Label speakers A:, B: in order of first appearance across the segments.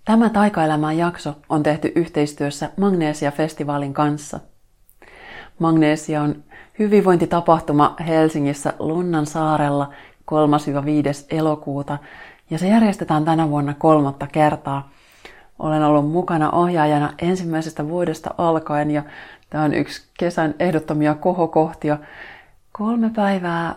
A: Tämä Taikaelämään jakso on tehty yhteistyössä Magnesia-festivaalin kanssa. Magnesia on hyvinvointitapahtuma Helsingissä Lunnansaarella 3-5. elokuuta ja se järjestetään tänä vuonna 3. kertaa. Olen ollut mukana ohjaajana ensimmäisestä vuodesta alkaen ja tämä on yksi kesän ehdottomia kohokohtia. 3 päivää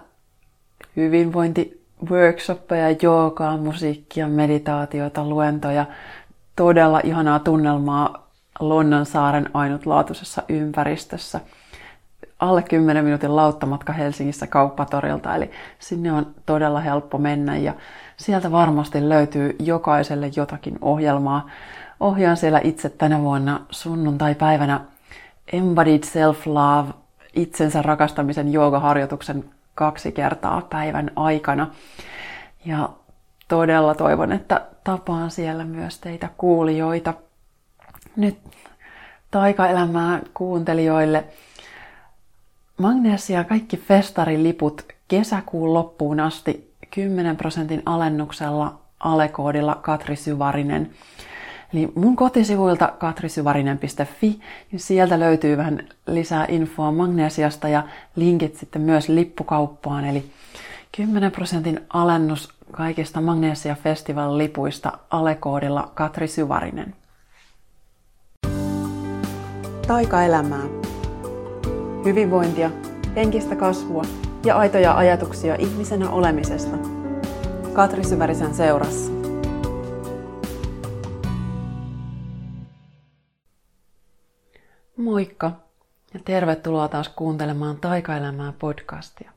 A: hyvinvointiworkshoppeja, joogaa, musiikkia, meditaatiota, luentoja. Todella ihanaa tunnelmaa Lunnansaaren ainutlaatuisessa ympäristössä. Alle 10 minuutin lauttamatka Helsingissä Kauppatorilta, eli sinne on todella helppo mennä ja sieltä varmasti löytyy jokaiselle jotakin ohjelmaa. Ohjaan siellä itse tänä vuonna sunnuntai-päivänä Embodied Self-Love, itsensä rakastamisen joogaharjoituksen 2 kertaa päivän aikana. Ja todella toivon, että tapaan siellä myös teitä kuulijoita. Nyt Taikaelämää kuuntelijoille. Magnesia kaikki festariliput kesäkuun loppuun asti 10% alennuksella alekoodilla Katri Syvarinen. Eli mun kotisivuilta katrisyvarinen.fi, sieltä löytyy vähän lisää infoa Magnesiasta ja linkit sitten myös lippukauppaan. Eli 10% alennus kaikista Magnesia Festival lipuista alekoodilla Katri Syvarinen. Taikaelämää. Hyvinvointia, henkistä kasvua ja aitoja ajatuksia ihmisenä olemisesta. Katri Syvärisen seurassa. Moikka ja tervetuloa taas kuuntelemaan Taikaelämää podcastia.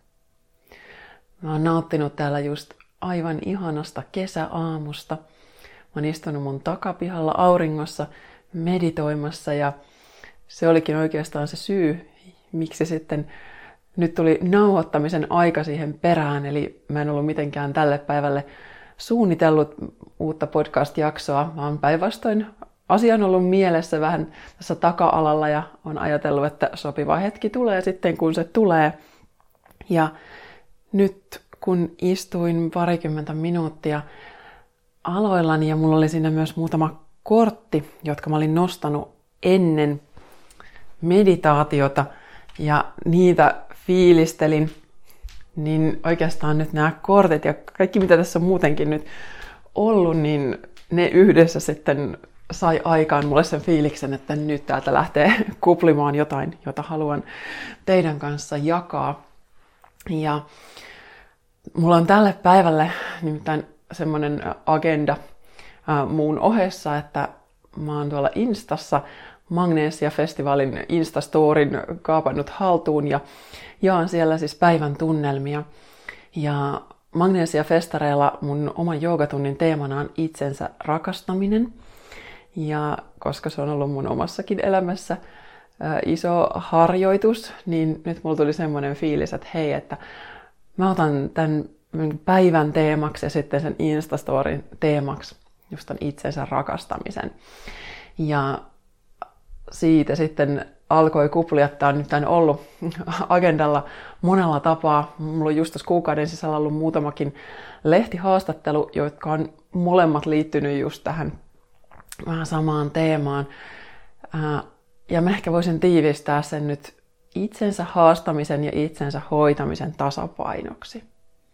A: Mä oon nauttinut täällä just aivan ihanasta kesäaamusta. Mä oon istunut mun takapihalla auringossa meditoimassa ja se olikin oikeastaan se syy, miksi sitten nyt tuli nauhoittamisen aika siihen perään. Eli mä en ollut mitenkään tälle päivälle suunnitellut uutta podcast-jaksoa, vaan päinvastoin asia on ollut mielessä vähän tässä taka-alalla ja on ajatellut, että sopiva hetki tulee sitten, kun se tulee. Ja nyt kun istuin 20 minuuttia aloillani ja mulla oli siinä myös muutama kortti, jotka mä olin nostanut ennen meditaatiota ja niitä fiilistelin, niin oikeastaan nyt nämä kortit ja kaikki mitä tässä on muutenkin nyt ollut, niin ne yhdessä sitten sai aikaan mulle sen fiiliksen, että nyt täältä lähtee kuplimaan jotain, jota haluan teidän kanssa jakaa. Ja mulla on tälle päivälle nimittäin semmoinen agenda muun ohessa, että mä oon tuolla Instassa Magnesia-festivaalin Instastoryn kaapannut haltuun ja jaan siellä siis päivän tunnelmia. Ja Magnesia-festareilla mun oman joogatunnin teemana on itsensä rakastaminen. Ja koska se on ollut mun omassakin elämässä iso harjoitus, niin nyt mulla tuli semmoinen fiilis, että hei, että mä otan tämän päivän teemaksi ja sitten sen Instastoryn teemaksi just tämän itsensä rakastamisen. Ja siitä sitten alkoi kuplia, että on nyt ollut agendalla monella tapaa. Mulla on just tässä kuukauden sisällä ollut muutamakin lehtihaastattelu, jotka on molemmat liittynyt just tähän vähän samaan teemaan. Ja mä ehkä voisin tiivistää sen nyt itsensä haastamisen ja itsensä hoitamisen tasapainoksi.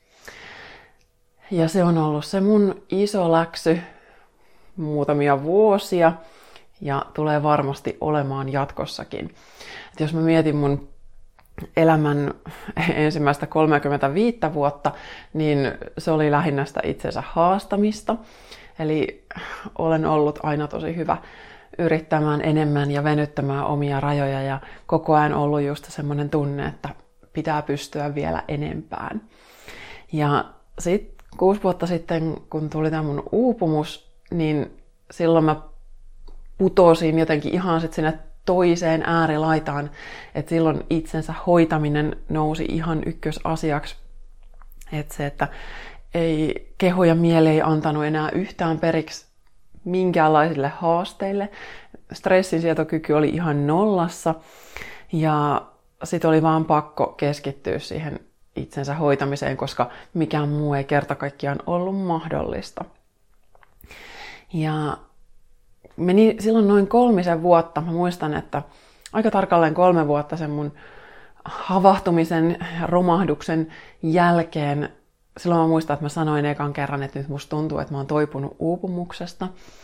A: Ja se on ollut se mun iso läksy muutamia vuosia ja tulee varmasti olemaan jatkossakin. Et jos mä mietin mun elämän ensimmäistä 35 vuotta, niin se oli lähinnä sitä itsensä haastamista. Eli olen ollut aina tosi hyvä yrittämään enemmän ja venyttämään omia rajoja ja koko ajan ollut just semmoinen tunne, että pitää pystyä vielä enempään. Ja sitten 6 vuotta sitten, kun tuli tämä mun uupumus, niin silloin mä putosin jotenkin ihan sit sinne toiseen äärilaitaan, että silloin itsensä hoitaminen nousi ihan ykkösasiaksi. Että se, että ei keho ja mieli ei antanut enää yhtään periksi minkäänlaisille haasteille. Stressinsietokyky oli ihan nollassa ja sitten oli vaan pakko keskittyä siihen itsensä hoitamiseen, koska mikään muu ei kerta kaikkiaan ollut mahdollista. Ja meni silloin noin 3 vuotta. Mä muistan, että aika tarkalleen 3 vuotta sen mun havahtumisen ja romahduksen jälkeen. Silloin mä muistan, että mä sanoin ekan kerran, että nyt musta tuntuu, että mä oon toipunut uupumuksesta.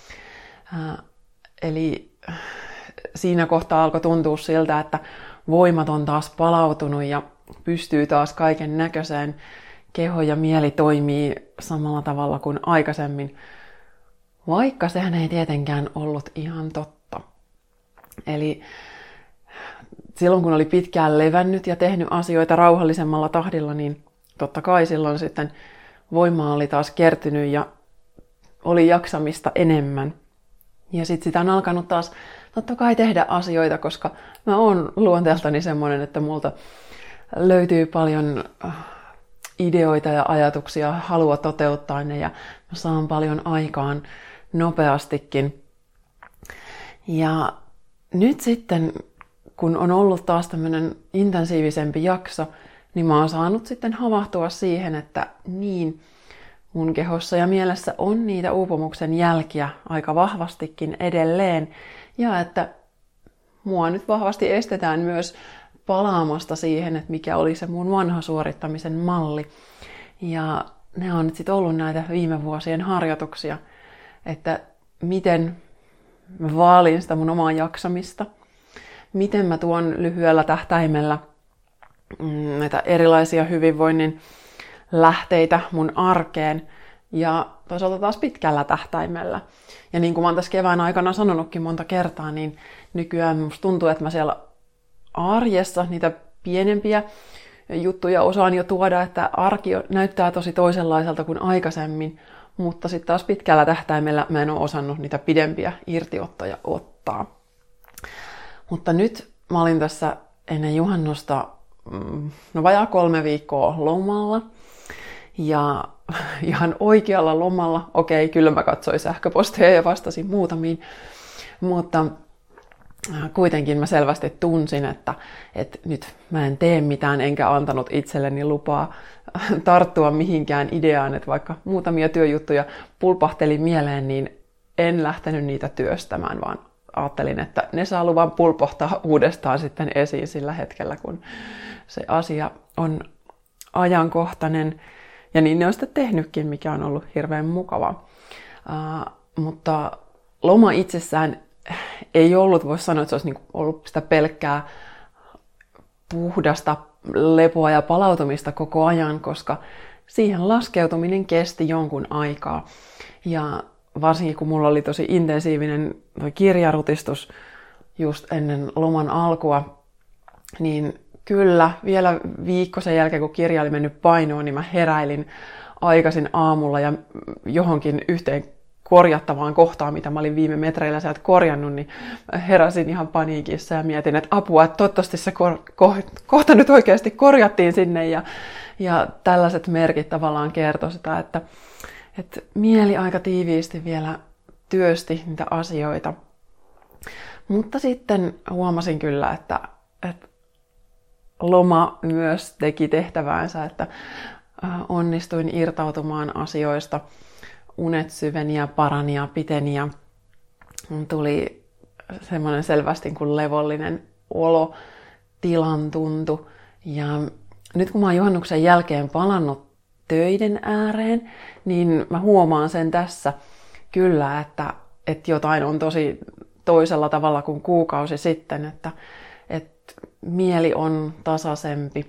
A: Eli siinä kohtaa alkoi tuntua siltä, että voimat on taas palautunut ja pystyy taas kaiken näköiseen. Keho ja mieli toimii samalla tavalla kuin aikaisemmin, vaikka sehän ei tietenkään ollut ihan totta. Eli silloin kun oli pitkään levännyt ja tehnyt asioita rauhallisemmalla tahdilla, niin totta kai silloin sitten voimaa oli taas kertynyt ja oli jaksamista enemmän. Ja sitten sitä on alkanut taas totta kai tehdä asioita, koska mä oon luonteeltani semmoinen, että multa löytyy paljon ideoita ja ajatuksia, halua toteuttaa ne ja mä saan paljon aikaan nopeastikin. Ja nyt sitten, kun on ollut taas tämmöinen intensiivisempi jakso, niin mä oon saanut sitten havahtua siihen, että niin, mun kehossa ja mielessä on niitä uupumuksen jälkiä aika vahvastikin edelleen. Ja että mua nyt vahvasti estetään myös palaamasta siihen, että mikä oli se mun vanha suorittamisen malli. Ja ne on nyt sitten ollut näitä viime vuosien harjoituksia, että miten mä vaalin sitä mun omaa jaksamista, miten mä tuon lyhyellä tähtäimellä näitä erilaisia hyvinvoinnin lähteitä mun arkeen ja toisaalta taas pitkällä tähtäimellä. Ja niin kuin mä oon tässä kevään aikana sanonutkin monta kertaa, niin nykyään musta tuntuu, että mä siellä arjessa niitä pienempiä juttuja osaan jo tuoda, että arki näyttää tosi toisenlaiselta kuin aikaisemmin, mutta sitten taas pitkällä tähtäimellä mä en ole osannut niitä pidempiä irtiottoja ottaa. Mutta nyt mä olin tässä ennen juhannusta vajaa 3 viikkoa lomalla ja ihan oikealla lomalla. Okei, kyllä mä katsoin sähköposteja ja vastasin muutamiin, mutta kuitenkin mä selvästi tunsin, että nyt mä en tee mitään, enkä antanut itselleni lupaa tarttua mihinkään ideaan, että vaikka muutamia työjuttuja pulpahteli mieleen, niin en lähtenyt niitä työstämään, vaan ajattelin, että ne saa luvan pulpohtaa uudestaan sitten esiin sillä hetkellä, kun se asia on ajankohtainen. Ja niin ne on sitten tehnytkin, mikä on ollut hirveän mukavaa. Mutta loma itsessään ei ollut, voisi sanoa, että se olisi niin ollut sitä pelkkää puhdasta lepoa ja palautumista koko ajan, koska siihen laskeutuminen kesti jonkun aikaa. Ja varsinkin kun mulla oli tosi intensiivinen kirjarutistus just ennen loman alkua, niin kyllä vielä viikko sen jälkeen, kun kirja oli mennyt painoon, niin mä heräilin aikaisin aamulla ja johonkin yhteen korjattavaan kohtaan, mitä mä olin viime metreillä sieltä korjannut, niin heräsin ihan paniikissa ja mietin, että apua, että toivottavasti se kohta nyt oikeasti korjattiin sinne ja tällaiset merkit tavallaan kertoi sitä, että mieli aika tiiviisti vielä työsti niitä asioita. Mutta sitten huomasin kyllä, että loma myös teki tehtäväänsä, että onnistuin irtautumaan asioista. Unet syveni ja parani ja piteni ja tuli semmoinen selvästi kuin levollinen olo, tilan tuntu. Ja nyt kun mä oon juhannuksen jälkeen palannut töiden ääreen, niin mä huomaan sen tässä kyllä, että jotain on tosi toisella tavalla kuin kuukausi sitten, että mieli on tasaisempi,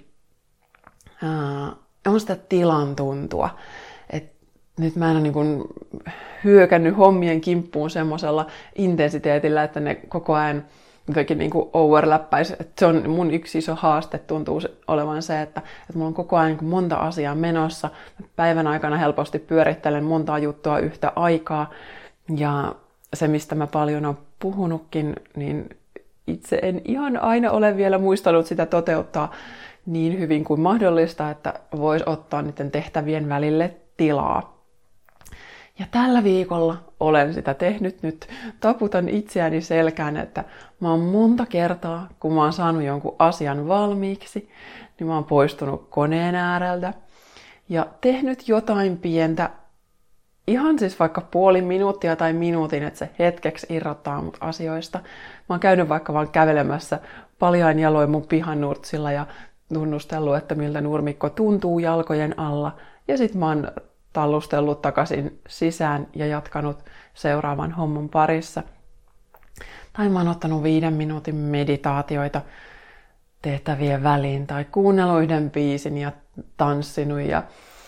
A: on sitä tilan tuntua. Nyt mä en ole niin kuin hyökännyt hommien kimppuun semmoisella intensiteetillä, että ne koko ajan jotenkin niin kuin overläppäisi. Se on mun yksi iso haaste, tuntuu olevan se, että mulla on koko ajan niin kuin monta asiaa menossa. Päivän aikana helposti pyörittelen montaa juttua yhtä aikaa. Ja se, mistä mä paljon olen puhunutkin, niin itse en ihan aina ole vielä muistanut sitä toteuttaa niin hyvin kuin mahdollista, että voisi ottaa niiden tehtävien välille tilaa. Ja tällä viikolla olen sitä tehnyt nyt. Taputan itseäni selkään, että mä oon monta kertaa, kun mä oon saanut jonkun asian valmiiksi, niin mä oon poistunut koneen ääreltä ja tehnyt jotain pientä ihan siis vaikka puoli minuuttia tai minuutin, että se hetkeksi irrottaa mut asioista. Mä oon käynyt vaikka vaan kävelemässä paljain jaloin mun pihannurtsilla ja tunnustellut, että miltä nurmikko tuntuu jalkojen alla. Ja sit mä oon tallustellut takaisin sisään ja jatkanut seuraavan homman parissa. Tai mä oon ottanut 5 minuutin meditaatioita tehtävien väliin tai kuunnellut yhden biisin ja tanssinut ja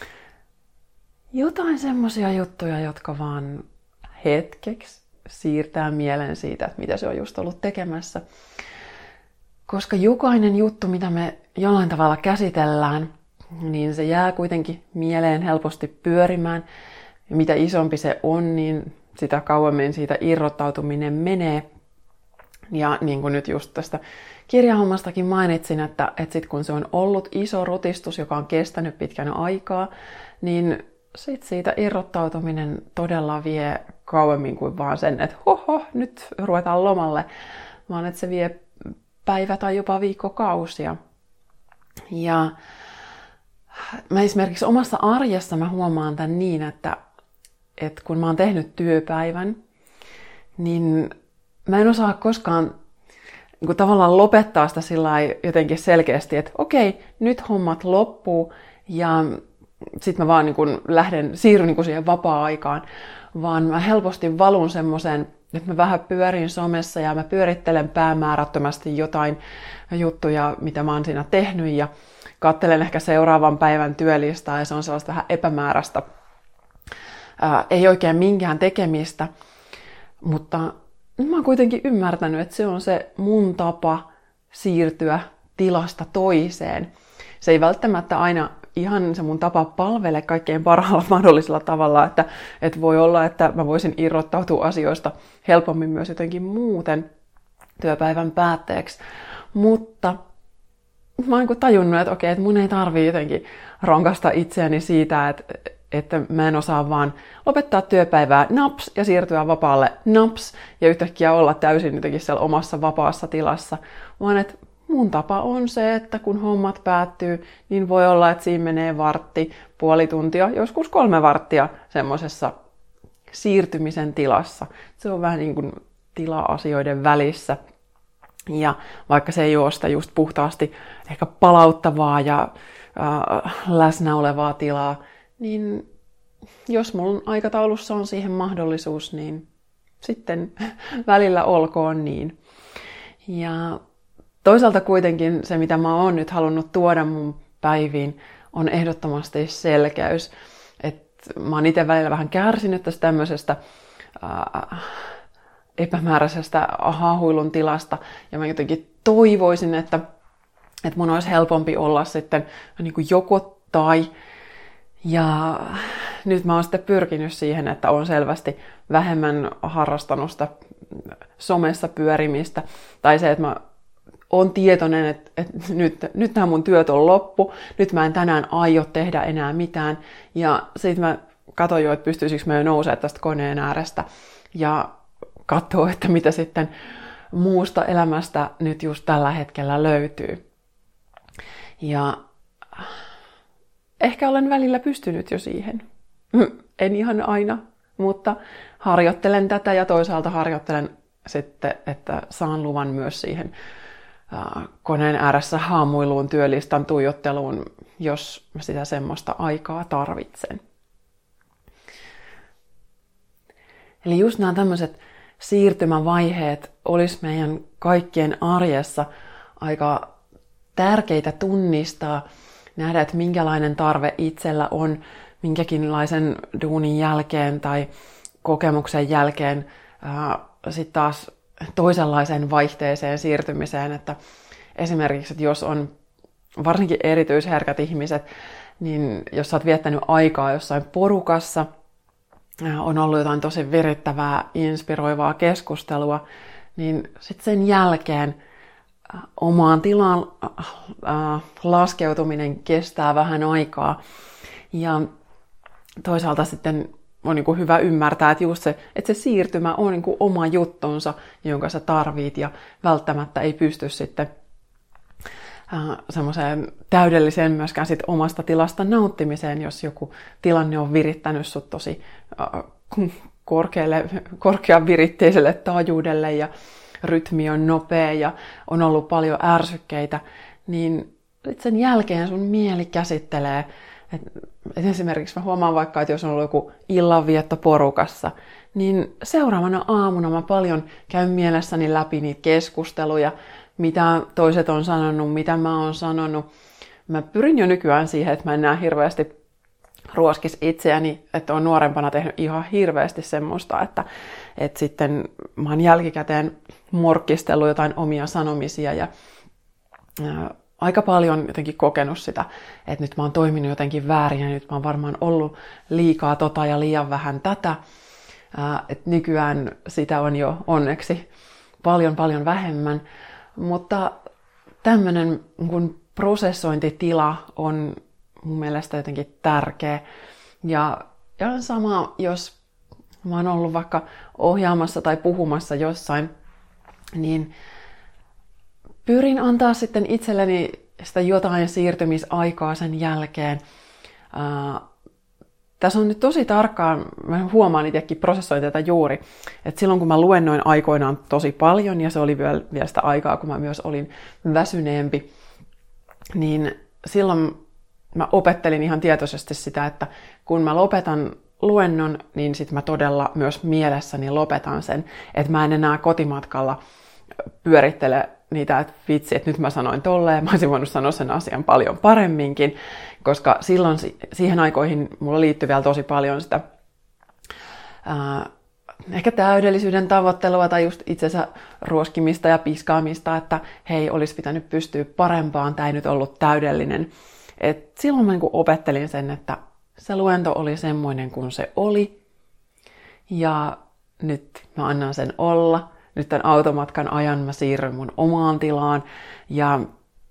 A: jotain semmoisia juttuja, jotka vaan hetkeksi siirtää mielen siitä, että mitä se on just ollut tekemässä. Koska jokainen juttu, mitä me jollain tavalla käsitellään, niin se jää kuitenkin mieleen helposti pyörimään. Ja mitä isompi se on, niin sitä kauemmin siitä irrottautuminen menee. Ja niin kuin nyt just tästä kirjahommastakin mainitsin, että sit kun se on ollut iso rutistus, joka on kestänyt pitkän aikaa, niin sit siitä irrottautuminen todella vie kauemmin kuin vaan sen, että nyt ruvetaan lomalle, vaan että se vie päivä tai jopa viikkokausia. Ja mä esimerkiksi omassa arjessa mä huomaan tämän niin, että kun mä oon tehnyt työpäivän, niin mä en osaa koskaan niin tavallaan lopettaa sitä jotenkin selkeästi, että okei, nyt hommat loppuu ja sitten mä vaan siirryn siihen vapaa-aikaan, vaan mä helposti valun semmoisen, että mä vähän pyörin somessa ja mä pyörittelen päämäärättömästi jotain juttuja, mitä mä oon siinä tehnyt ja katselen ehkä seuraavan päivän työlistaa ja se on sellaista vähän epämääräistä. Ei oikein minkään tekemistä, mutta mä oon kuitenkin ymmärtänyt, että se on se mun tapa siirtyä tilasta toiseen. Se ei välttämättä aina ihan se mun tapa palvele kaikkein parhaalla mahdollisella tavalla, että voi olla, että mä voisin irrottautua asioista helpommin myös jotenkin muuten työpäivän päätteeksi. Mutta mä oon tajunnut, että okei, että mun ei tarvii jotenkin ronkasta itseäni siitä, että mä en osaa vaan lopettaa työpäivää naps ja siirtyä vapaalle naps ja yhtäkkiä olla täysin jotenkin siellä omassa vapaassa tilassa, vaan että mun tapa on se, että kun hommat päättyy, niin voi olla, että siinä menee vartti, puoli tuntia, joskus 3 varttia semmoisessa siirtymisen tilassa. Se on vähän niin kuin tila asioiden välissä. Ja vaikka se ei ole sitä just puhtaasti ehkä palauttavaa ja läsnä olevaa tilaa, niin jos mun aikataulussa on siihen mahdollisuus, niin sitten välillä olkoon niin. Ja toisaalta kuitenkin se, mitä mä oon nyt halunnut tuoda mun päiviin, on ehdottomasti selkeys. Että mä oon itse välillä vähän kärsinyt tästä tämmöisestä epämääräisestä haahuilun tilasta. Ja mä jotenkin toivoisin, että mun olisi helpompi olla sitten niin kuin joko tai. Ja nyt mä oon sitten pyrkinyt siihen, että on selvästi vähemmän harrastanut sitä somessa pyörimistä. Tai se, että mä oon tietoinen, että nyt nämä mun työt on loppu, nyt mä en tänään aio tehdä enää mitään. Ja sitten mä katsoin jo, että pystyisikö mä jo nousemaan tästä koneen äärestä ja katsoa, että mitä sitten muusta elämästä nyt just tällä hetkellä löytyy. Ja ehkä olen välillä pystynyt jo siihen. En ihan aina, mutta harjoittelen tätä ja toisaalta harjoittelen sitten, että saan luvan myös siihen koneen ääressä haamuiluun, työlistan tuijotteluun, jos sitä semmoista aikaa tarvitsen. Eli just nämä tämmöiset siirtymävaiheet olisi meidän kaikkien arjessa aika tärkeitä tunnistaa, nähdä, että minkälainen tarve itsellä on minkäkinlaisen duunin jälkeen tai kokemuksen jälkeen sitten taas toisenlaiseen vaihteeseen siirtymiseen, että esimerkiksi, että jos on varsinkin erityisherkät ihmiset, niin jos sä oot viettänyt aikaa jossain porukassa, on ollut jotain tosi virittävää, inspiroivaa keskustelua, niin sitten sen jälkeen omaan tilaan laskeutuminen kestää vähän aikaa. Ja toisaalta sitten on niin kuin hyvä ymmärtää, että just se, että se siirtymä on niin kuin oma juttonsa, jonka sä tarvit ja välttämättä ei pysty sitten semmoiseen täydelliseen myöskään sit omasta tilasta nauttimiseen, jos joku tilanne on virittänyt sut tosi korkean viritteiselle taajuudelle ja rytmi on nopea ja on ollut paljon ärsykkeitä, niin sen jälkeen sun mieli käsittelee. Et esimerkiksi mä huomaan vaikka, että jos on ollut joku illanvietto porukassa, niin seuraavana aamuna mä paljon käyn mielessäni läpi niitä keskusteluja, mitä toiset on sanonut, mitä mä oon sanonut. Mä pyrin jo nykyään siihen, että mä en näe hirveästi ruoskis itseäni, että on nuorempana tehnyt ihan hirveästi semmoista, että sitten mä oon jälkikäteen morkkistellut jotain omia sanomisia ja aika paljon jotenkin kokenut sitä, että nyt mä oon toiminut jotenkin väärin ja nyt mä oon varmaan ollut liikaa tota ja liian vähän tätä. Että nykyään sitä on jo onneksi paljon vähemmän, mutta tämmöinen kun prosessointitila on mun mielestä jotenkin tärkeä. Ja sama, jos mä oon ollut vaikka ohjaamassa tai puhumassa jossain, niin pyrin antaa sitten itselleni sitä jotain siirtymisaikaa sen jälkeen. Tässä on nyt tosi tarkkaan, mä huomaan itsekin prosessoin tätä juuri, että silloin kun mä luennoin aikoinaan tosi paljon, ja se oli vielä sitä aikaa, kun mä myös olin väsyneempi, niin silloin mä opettelin ihan tietoisesti sitä, että kun mä lopetan luennon, niin sit mä todella myös mielessäni lopetan sen, että mä en enää kotimatkalla pyörittele niitä, että vitsi, että nyt mä sanoin tolleen, mä olisin voinut sanoa sen asian paljon paremminkin, koska silloin siihen aikoihin mulla liittyy vielä tosi paljon sitä ehkä täydellisyyden tavoittelua tai just itsensä ruoskimista ja piskaamista, että hei, olisi pitänyt pystyä parempaan, tämä ei nyt ollut täydellinen. Et silloin mä niin opettelin sen, että se luento oli semmoinen kuin se oli ja nyt mä annan sen olla. Nyt tämän automatkan ajan mä siirryn mun omaan tilaan ja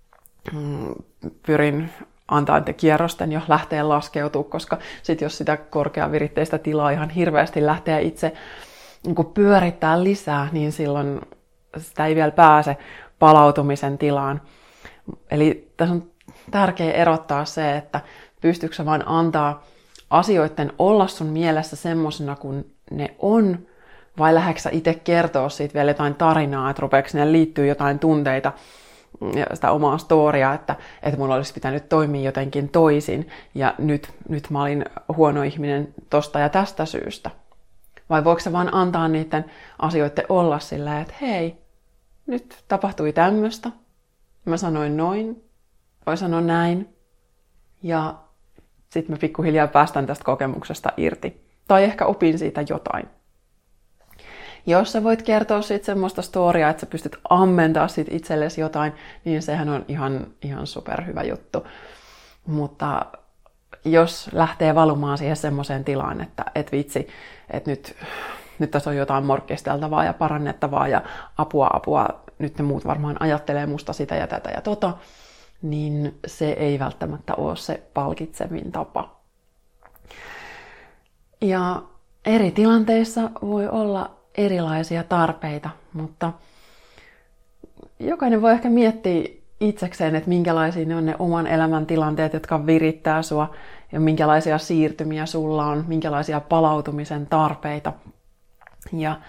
A: pyrin antaa kierrosten jo lähteä laskeutua, koska sit jos sitä korkeaviritteistä tilaa ihan hirveästi lähtee itse niin pyörittää lisää, niin silloin sitä ei vielä pääse palautumisen tilaan. Eli tässä on tärkeää erottaa se, että pystytkö sä vaan antaa asioiden olla sun mielessä semmosena kuin ne on, vai lähdetkö sä itse kertoa siitä vielä jotain tarinaa, että rupeeko sinne liittyy jotain tunteita ja sitä omaa storia, että mulla olisi pitänyt toimia jotenkin toisin ja nyt mä olin huono ihminen tosta ja tästä syystä. Vai voiko sä vaan antaa niiden asioiden olla sillä, että hei, nyt tapahtui tämmöistä, mä sanoin noin, voi sanoa näin ja sitten mä pikkuhiljaa päästän tästä kokemuksesta irti. Tai ehkä opin siitä jotain. Jos sä voit kertoa siitä semmoista storiaa, että sä pystyt ammentaa siitä itsellesi jotain, niin sehän on ihan superhyvä juttu. Mutta jos lähtee valumaan siihen semmoiseen tilaan, että et vitsi, että nyt tässä on jotain morkkisteltavaa ja parannettavaa ja apua, nyt ne muut varmaan ajattelee musta sitä ja tätä ja tota, niin se ei välttämättä ole se palkitsevin tapa. Ja eri tilanteissa voi olla erilaisia tarpeita, mutta jokainen voi ehkä miettiä itsekseen, että minkälaisia ne on ne oman elämän tilanteet, jotka virittää sua ja minkälaisia siirtymiä sulla on, minkälaisia palautumisen tarpeita. Ja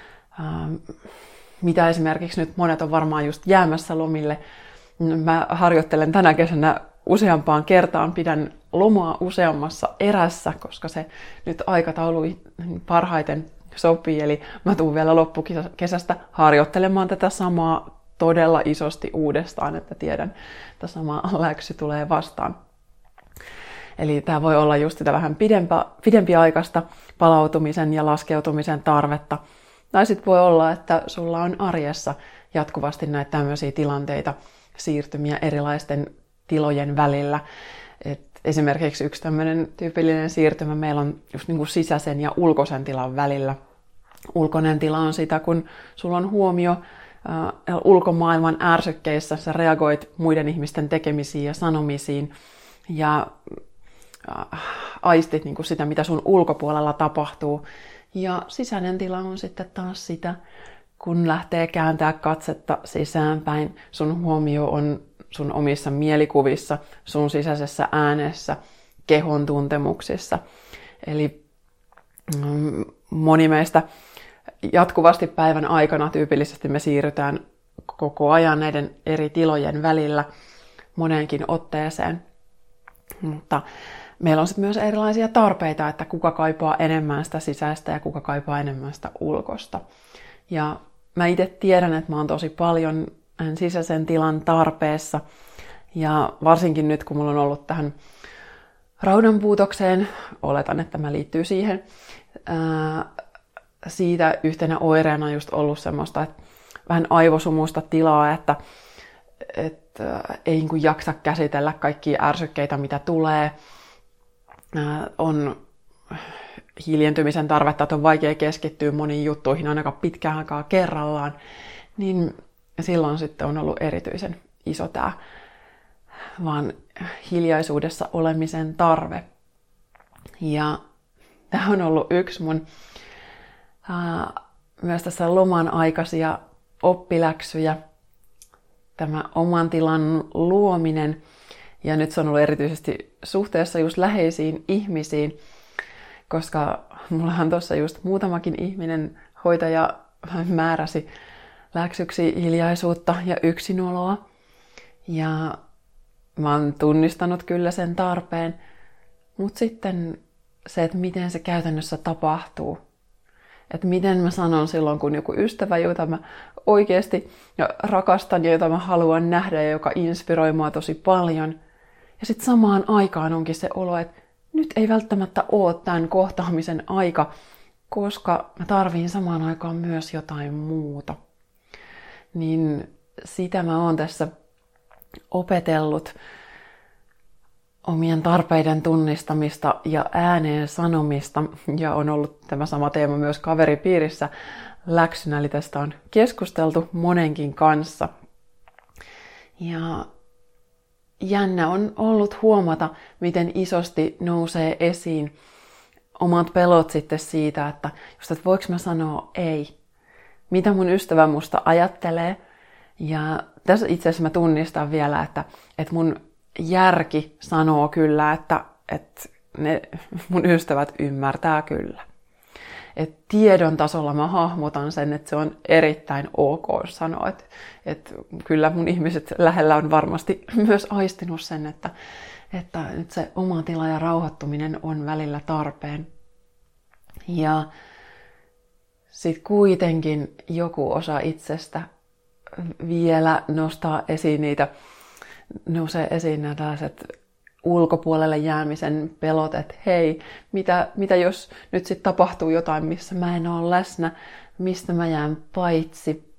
A: mitä esimerkiksi nyt monet on varmaan just jäämässä lomille. Mä harjoittelen tänä kesänä useampaan kertaan, pidän lomaa useammassa erässä, koska se nyt aikataulu parhaiten sopii. Eli mä tuun vielä loppukesästä harjoittelemaan tätä samaa todella isosti uudestaan, että tiedän, että sama läksy tulee vastaan. Eli tämä voi olla just sitä vähän pidempiaikaista palautumisen ja laskeutumisen tarvetta. Tai sitten voi olla, että sulla on arjessa jatkuvasti näitä tämmöisiä tilanteita, siirtymiä erilaisten tilojen välillä. Et esimerkiksi yksi tämmöinen tyypillinen siirtymä meillä on just niin kuin sisäisen ja ulkoisen tilan välillä. Ulkoinen tila on sitä, kun sulla on huomio ulkomaailman ärsykkeissä, sä reagoit muiden ihmisten tekemisiin ja sanomisiin ja aistit niin kuin sitä, mitä sun ulkopuolella tapahtuu. Ja sisäinen tila on sitten taas sitä, kun lähtee kääntää katsetta sisäänpäin, sun huomio on sun omissa mielikuvissa, sun sisäisessä äänessä, kehon tuntemuksissa. Eli moni meistä jatkuvasti päivän aikana tyypillisesti me siirrytään koko ajan näiden eri tilojen välillä moneenkin otteeseen. Mutta meillä on sitten myös erilaisia tarpeita, että kuka kaipaa enemmän sitä sisäistä ja kuka kaipaa enemmän sitä ulkosta. Ja mä itse tiedän, että mä oon tosi paljon sisäisen tilan tarpeessa. Ja varsinkin nyt, kun mulla on ollut tähän raudanpuutokseen, oletan, että tämä liittyy siihen, siitä yhtenä oireena just ollut semmoista, että vähän aivosumuista tilaa, että ei niin kuin jaksa käsitellä kaikkia ärsykkeitä, mitä tulee. On hiljentymisen tarvetta, että on vaikea keskittyä moniin juttuihin ainakaan pitkään aikaa kerrallaan. Niin silloin sitten on ollut erityisen iso tämä vaan hiljaisuudessa olemisen tarve. Ja tämä on ollut yksi mun myös tässä loman aikaisia oppiläksyjä, tämä oman tilan luominen. Ja nyt se on ollut erityisesti suhteessa just läheisiin ihmisiin, koska mullahan tuossa just muutamakin ihminen, hoitaja, määräsi läksyksi hiljaisuutta ja yksinoloa. Ja mä oon tunnistanut kyllä sen tarpeen, mutta sitten se, että miten se käytännössä tapahtuu. Että miten mä sanon silloin, kun joku ystävä, jota mä oikeasti rakastan ja jota mä haluan nähdä ja joka inspiroi mua tosi paljon. Ja sitten samaan aikaan onkin se olo, että nyt ei välttämättä ole tämän kohtaamisen aika, koska mä tarviin samaan aikaan myös jotain muuta. Niin sitä mä oon tässä opetellut omien tarpeiden tunnistamista ja ääneen sanomista. Ja on ollut tämä sama teema myös kaveripiirissä läksynä, eli tästä on keskusteltu monenkin kanssa. Ja jännä on ollut huomata, miten isosti nousee esiin omat pelot sitten siitä, että voiko mä sanoa ei. Mitä mun ystävä musta ajattelee. Ja tässä itse asiassa mä tunnistan vielä, että mun järki sanoo kyllä, että ne mun ystävät ymmärtää kyllä. Et tiedon tasolla mä hahmotan sen, että se on erittäin ok sanoa. Että kyllä mun ihmiset lähellä on varmasti myös aistinut sen, että nyt se oma tila ja rauhoittuminen on välillä tarpeen. Ja sitten kuitenkin joku osa itsestä vielä nousee esiin nämä tällaiset ulkopuolelle jäämisen pelot, että hei, mitä jos nyt sitten tapahtuu jotain, missä mä en ole läsnä, mistä mä jään paitsi.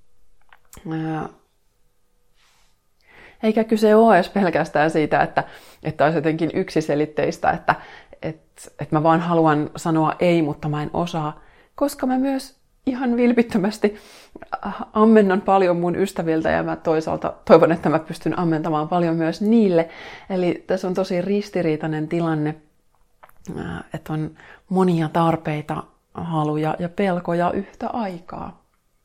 A: Eikä kyse ole edes pelkästään siitä, että olisi jotenkin yksiselitteistä, että mä vaan haluan sanoa ei, mutta mä en osaa, koska mä myös ihan vilpittömästi ammennan paljon mun ystäviltä ja mä toisaalta toivon, että mä pystyn ammentamaan paljon myös niille. Eli tässä on tosi ristiriitainen tilanne, että on monia tarpeita, haluja ja pelkoja yhtä aikaa.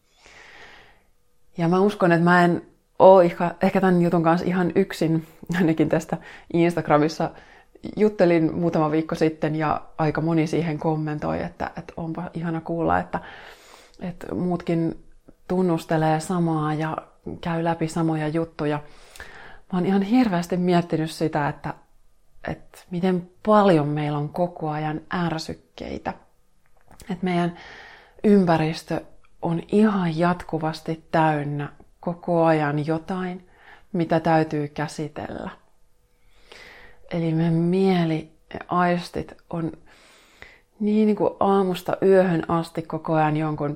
A: Ja mä uskon, että mä en ole ehkä tämän jutun kanssa ihan yksin, ainakin tästä Instagramissa juttelin muutama viikko sitten ja aika moni siihen kommentoi, että onpa ihana kuulla, että muutkin tunnustelee samaa ja käy läpi samoja juttuja. Mä oon ihan hirveästi miettinyt sitä, että miten paljon meillä on koko ajan ärsykkeitä. Että meidän ympäristö on ihan jatkuvasti täynnä koko ajan jotain, mitä täytyy käsitellä. Eli meidän mieli ja aistit on niin kuin aamusta yöhön asti koko ajan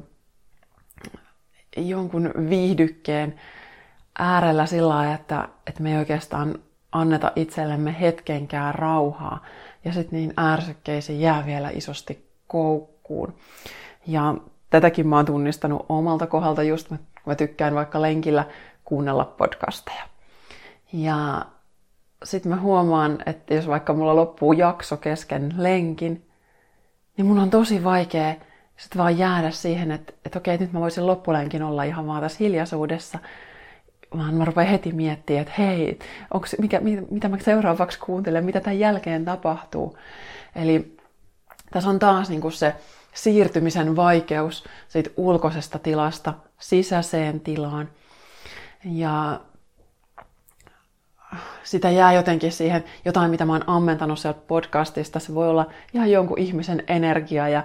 A: jonkun viihdykkeen äärellä sillä lailla, että me ei oikeastaan anneta itsellemme hetkenkään rauhaa. Ja sitten niin ärsykkeisiin jää vielä isosti koukkuun. Ja tätäkin mä oon tunnistanut omalta kohdalta just, mä tykkään vaikka lenkillä kuunnella podcasteja. Ja sitten mä huomaan, että jos vaikka mulla loppuu jakso kesken lenkin, niin mun on tosi vaikea sitten vaan jäädä siihen, että okei, nyt mä voisin loppulenkin olla ihan vaan tässä hiljaisuudessa. vaan mä rupean heti miettimään, että hei, mitä mä seuraavaksi kuuntelen, mitä tämän jälkeen tapahtuu. Eli tässä on taas niin kuin se siirtymisen vaikeus siitä ulkoisesta tilasta sisäiseen tilaan. Ja sitä jää jotenkin siihen jotain, mitä mä oon ammentanut sieltä podcastista. Se voi olla ihan jonkun ihmisen energia ja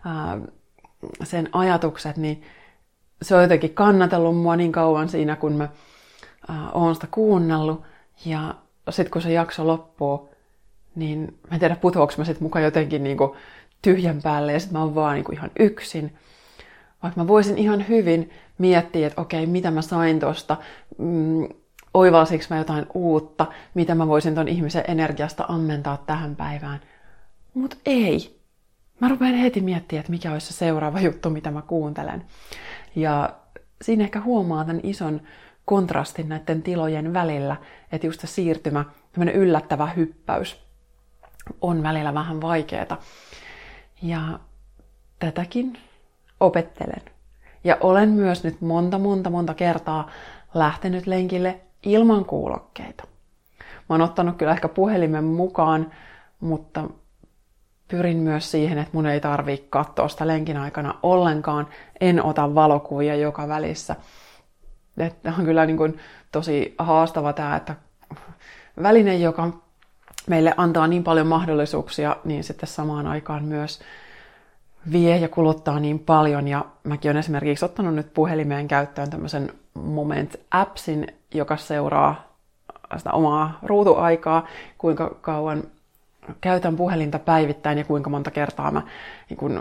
A: sen ajatukset, niin se on jotenkin kannatellut mua niin kauan siinä, kun mä oon sitä kuunnellut. Ja sitten kun se jakso loppuu, niin mä en tiedä putoako mä sit mukaan jotenkin niinku tyhjän päälle ja sit mä oon vaan niinku ihan yksin. Vaikka mä voisin ihan hyvin miettiä, että okei, mitä mä sain tosta, oivalsinko mä jotain uutta, mitä mä voisin ton ihmisen energiasta ammentaa tähän päivään. Mut ei. Mä rupean heti miettimään, että mikä olisi se seuraava juttu, mitä mä kuuntelen. Ja siinä ehkä huomaa tämän ison kontrastin näiden tilojen välillä, että just se siirtymä, tämmöinen yllättävä hyppäys on välillä vähän vaikeeta. Ja tätäkin opettelen. Ja olen myös nyt monta kertaa lähtenyt lenkille ilman kuulokkeita. Mä oon ottanut kyllä ehkä puhelimen mukaan, mutta pyrin myös siihen, että mun ei tarvitse katsoa sitä lenkin aikana ollenkaan. En ota valokuvia joka välissä. Että on kyllä niin kuin tosi haastava tämä, että väline, joka meille antaa niin paljon mahdollisuuksia, niin sitten samaan aikaan myös vie ja kuluttaa niin paljon. Ja mäkin olen esimerkiksi ottanut nyt puhelimeen käyttöön tämmöisen Moment-appsin, joka seuraa sitä omaa ruutuaikaa, kuinka kauan käytän puhelinta päivittäin ja kuinka monta kertaa mä niin kun,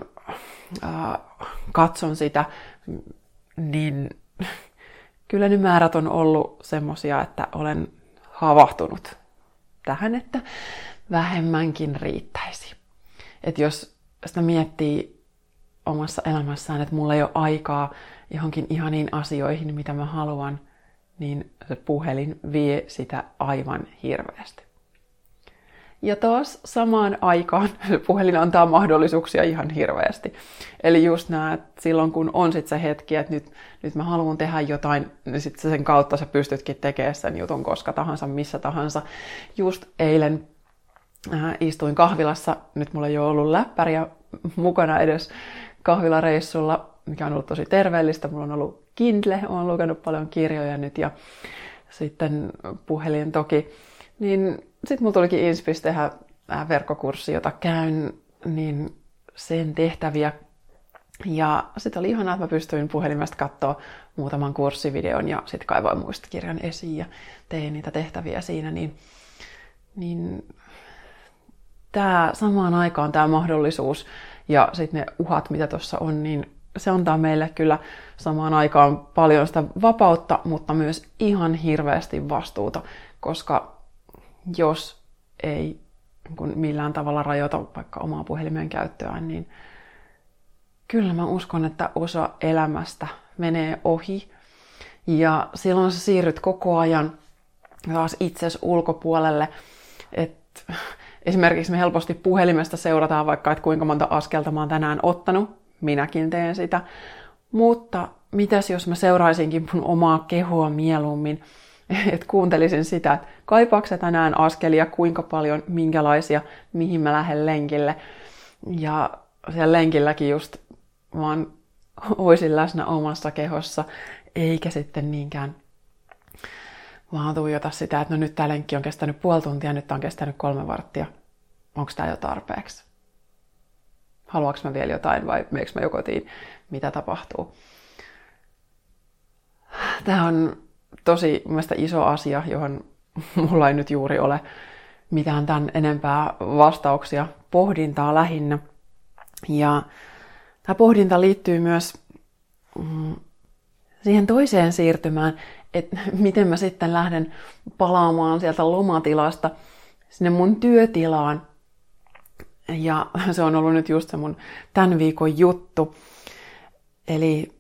A: katson sitä, niin kyllä ne määrät on ollut semmosia, että olen havahtunut tähän, että vähemmänkin riittäisi. Että jos sitä miettii omassa elämässään, että mulla ei ole aikaa johonkin ihaniin asioihin, mitä mä haluan, niin se puhelin vie sitä aivan hirveästi. Ja taas samaan aikaan se puhelin antaa mahdollisuuksia ihan hirveästi. Eli just näet, että silloin kun on sit se hetki, että nyt mä haluan tehdä jotain, niin sit sen kautta sä pystytkin tekemään sen jutun koska tahansa, missä tahansa. Just eilen istuin kahvilassa, nyt mulla ei ole ollut läppäriä mukana edes kahvilareissulla, mikä on ollut tosi terveellistä. Mulla on ollut Kindle, olen lukenut paljon kirjoja nyt ja sitten puhelin toki. Niin sitten mulla tulikin inspis tehdä verkkokurssi, jota käyn, niin sen tehtäviä. Ja sitten oli ihanaa, että mä pystyin puhelimesta katsoa muutaman kurssivideon ja sitten kaivoin muistikirjan esiin ja tein niitä tehtäviä siinä. Niin tämä samaan aikaan tämä mahdollisuus ja sitten ne uhat, mitä tuossa on, niin se antaa meille kyllä samaan aikaan paljon sitä vapautta, mutta myös ihan hirveästi vastuuta, koska jos ei millään tavalla rajoita vaikka omaa puhelimen käyttöään, niin kyllä mä uskon, että osa elämästä menee ohi. Ja silloin sä siirryt koko ajan taas itsesi ulkopuolelle. Esimerkiksi me helposti puhelimesta seurataan vaikka, että kuinka monta askelta mä oon tänään ottanut. Minäkin teen sitä. Mutta mitäs jos mä seuraisinkin mun omaa kehoa mieluummin? Että kuuntelisin sitä, että kaipaako sä tänään askelia, kuinka paljon, minkälaisia, mihin mä lähden lenkille. Ja siellä lenkilläkin just vaan oisin läsnä omassa kehossa, eikä sitten niinkään vaan tuijota sitä, että no nyt tää lenkki on kestänyt puoli tuntia, nyt tää on kestänyt 3 varttia. Onko tää jo tarpeeksi? Haluanko mä vielä jotain vai meneekö mä jo kotiin? Mitä tapahtuu? Tää on tosi mielestäni iso asia, johon mulla ei nyt juuri ole mitään tämän enempää vastauksia. Pohdintaa lähinnä. Ja tämä pohdinta liittyy myös siihen toiseen siirtymään, että miten mä sitten lähden palaamaan sieltä lomatilasta sinne mun työtilaan. Ja se on ollut nyt just se mun tämän viikon juttu. Eli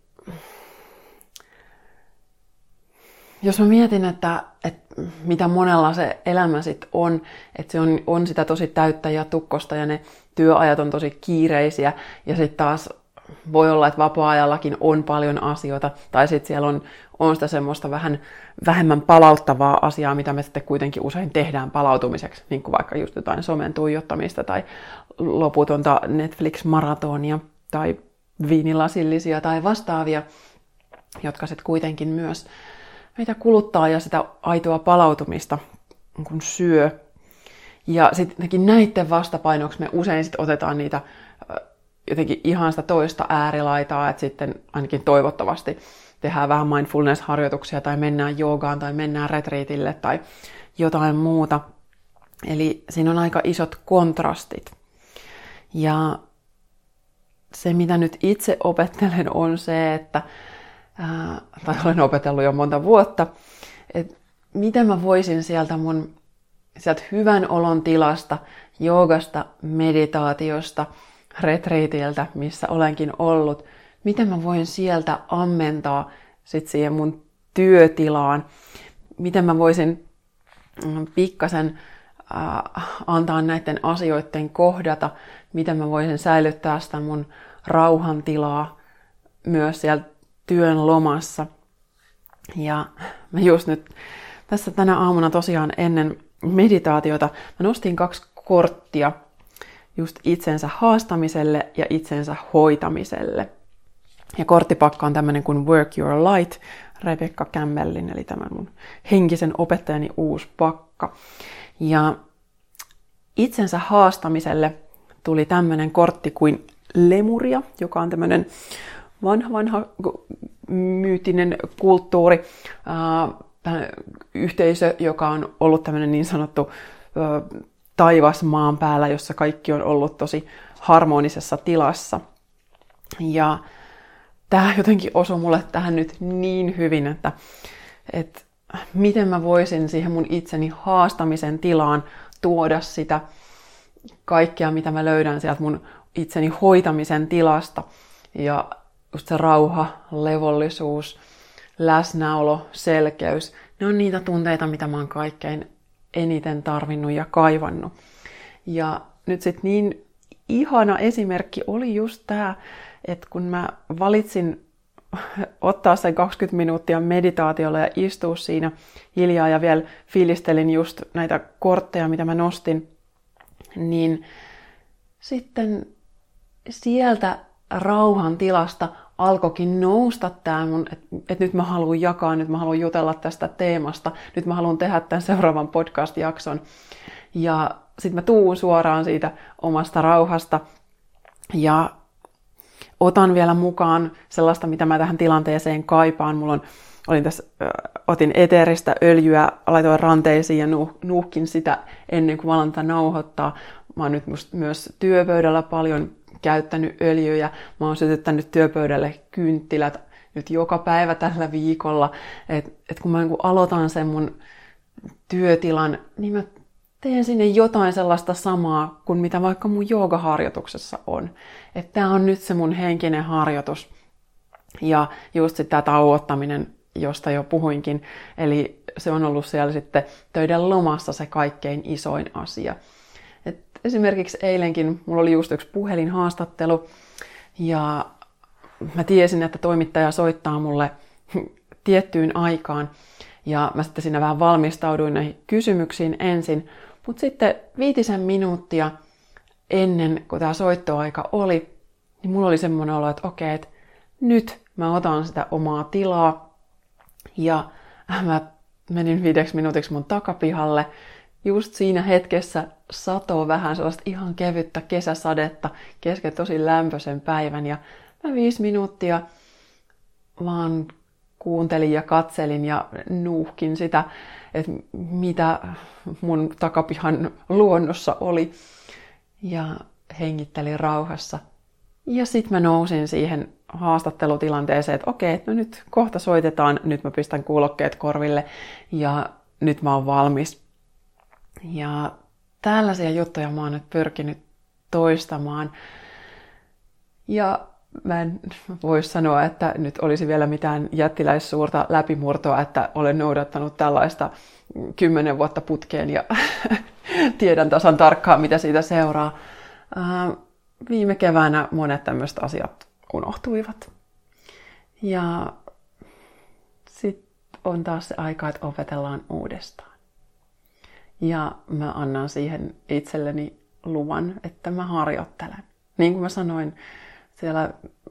A: jos mä mietin, että mitä monella se elämä sit on, että se on sitä tosi täyttä ja tukkosta ja ne työajat on tosi kiireisiä ja sitten taas voi olla, että vapaa-ajallakin on paljon asioita, tai sitten siellä on sitä semmoista vähän vähemmän palauttavaa asiaa, mitä me sitten kuitenkin usein tehdään palautumiseksi, niin kuin vaikka just jotain somen tuijottamista tai loputonta Netflix-maratonia tai viinilasillisia tai vastaavia, jotka sitten kuitenkin myös meitä kuluttaa ja sitä aitoa palautumista kun syö. Ja sitten näiden vastapainoksi me usein sitten otetaan niitä jotenkin ihan sitä toista äärilaitaa, että sitten ainakin toivottavasti tehdään vähän mindfulness-harjoituksia tai mennään joogaan tai mennään retriitille tai jotain muuta. Eli siinä on aika isot kontrastit. Ja se, mitä nyt itse opettelen, on se, että, tai olen opetellut jo monta vuotta, että miten mä voisin sieltä hyvän olon tilasta, joogasta, meditaatiosta, retriitiltä, missä olenkin ollut, miten mä voin sieltä ammentaa sit siihen mun työtilaan, miten mä voisin pikkasen antaa näiden asioiden kohdata, miten mä voisin säilyttää sitä mun rauhantilaa myös siellä työn lomassa. Ja mä just nyt tässä tänä aamuna tosiaan ennen meditaatiota mä nostin 2 korttia just itsensä haastamiselle ja itsensä hoitamiselle. Ja korttipakka on tämmöinen kuin Work Your Light, Rebecca Campbellin, eli tämän mun henkisen opettajani uusi pakka. Ja itsensä haastamiselle tuli tämmöinen kortti kuin Lemuria, joka on tämmöinen vanha myyttinen kulttuuri, yhteisö, joka on ollut tämmöinen niin sanottu taivas maan päällä, jossa kaikki on ollut tosi harmonisessa tilassa. Ja tämä jotenkin osui mulle tähän nyt niin hyvin, että miten mä voisin siihen mun itseni haastamisen tilaan tuoda sitä kaikkea, mitä mä löydän sieltä mun itseni hoitamisen tilasta. Ja just se rauha, levollisuus, läsnäolo, selkeys, ne on niitä tunteita, mitä mä oon kaikkein eniten tarvinnut ja kaivannut. Ja nyt sitten niin ihana esimerkki oli just tämä, että kun mä valitsin ottaa sen 20 minuuttia meditaatiolla ja istua siinä hiljaa ja vielä fiilistelin just näitä kortteja, mitä mä nostin, niin sitten sieltä rauhan tilasta alkoikin nousta tämä mun, että nyt mä haluan jakaa, nyt mä haluan jutella tästä teemasta, nyt mä haluan tehdä tämän seuraavan podcast-jakson. Ja sitten mä tuun suoraan siitä omasta rauhasta ja otan vielä mukaan sellaista, mitä mä tähän tilanteeseen kaipaan. Otin eteeristä öljyä, laitoin ranteisiin ja nuuhkin sitä ennen kuin mä alan tätä nauhoittaa. Mä oon nyt myös työpöydällä paljon käyttänyt öljyjä. Mä oon sytyttänyt työpöydälle kynttilät nyt joka päivä tällä viikolla. Et kun mä aloitan sen mun työtilan, niin mä teen sinne jotain sellaista samaa kuin mitä vaikka mun joogaharjoituksessa on. Että tää on nyt se mun henkinen harjoitus. Ja just sitä tauottaminen, josta jo puhuinkin. Eli se on ollut siellä sitten töiden lomassa se kaikkein isoin asia. Esimerkiksi eilenkin mulla oli just yksi puhelinhaastattelu ja mä tiesin, että toimittaja soittaa mulle tiettyyn aikaan ja mä sitten siinä vähän valmistauduin näihin kysymyksiin ensin, mutta sitten 5 minuuttia ennen kuin tämä soittoaika oli, niin mulla oli semmoinen olo, että okei, että nyt mä otan sitä omaa tilaa ja mä menin 5 minuutiksi mun takapihalle. Just siinä hetkessä satoi vähän sellaista ihan kevyttä kesäsadetta kesken tosi lämpöisen päivän. Ja mä 5 minuuttia vaan kuuntelin ja katselin ja nuuhkin sitä, että mitä mun takapihan luonnossa oli. Ja hengittelin rauhassa. Ja sitten mä nousin siihen haastattelutilanteeseen, että okei, no nyt kohta soitetaan, nyt mä pistän kuulokkeet korville ja nyt mä oon valmis. Ja tällaisia juttuja mä oon nyt pyrkinyt toistamaan. Ja mä en voi sanoa, että nyt olisi vielä mitään jättiläissuurta läpimurtoa, että olen noudattanut tällaista 10 vuotta putkeen ja tiedän tasan tarkkaan, mitä siitä seuraa. Viime keväänä monet tämmöiset asiat unohtuivat. Ja sitten on taas se aika, että opetellaan uudestaan. Ja mä annan siihen itselleni luvan, että mä harjoittelen. Niin kuin mä sanoin siellä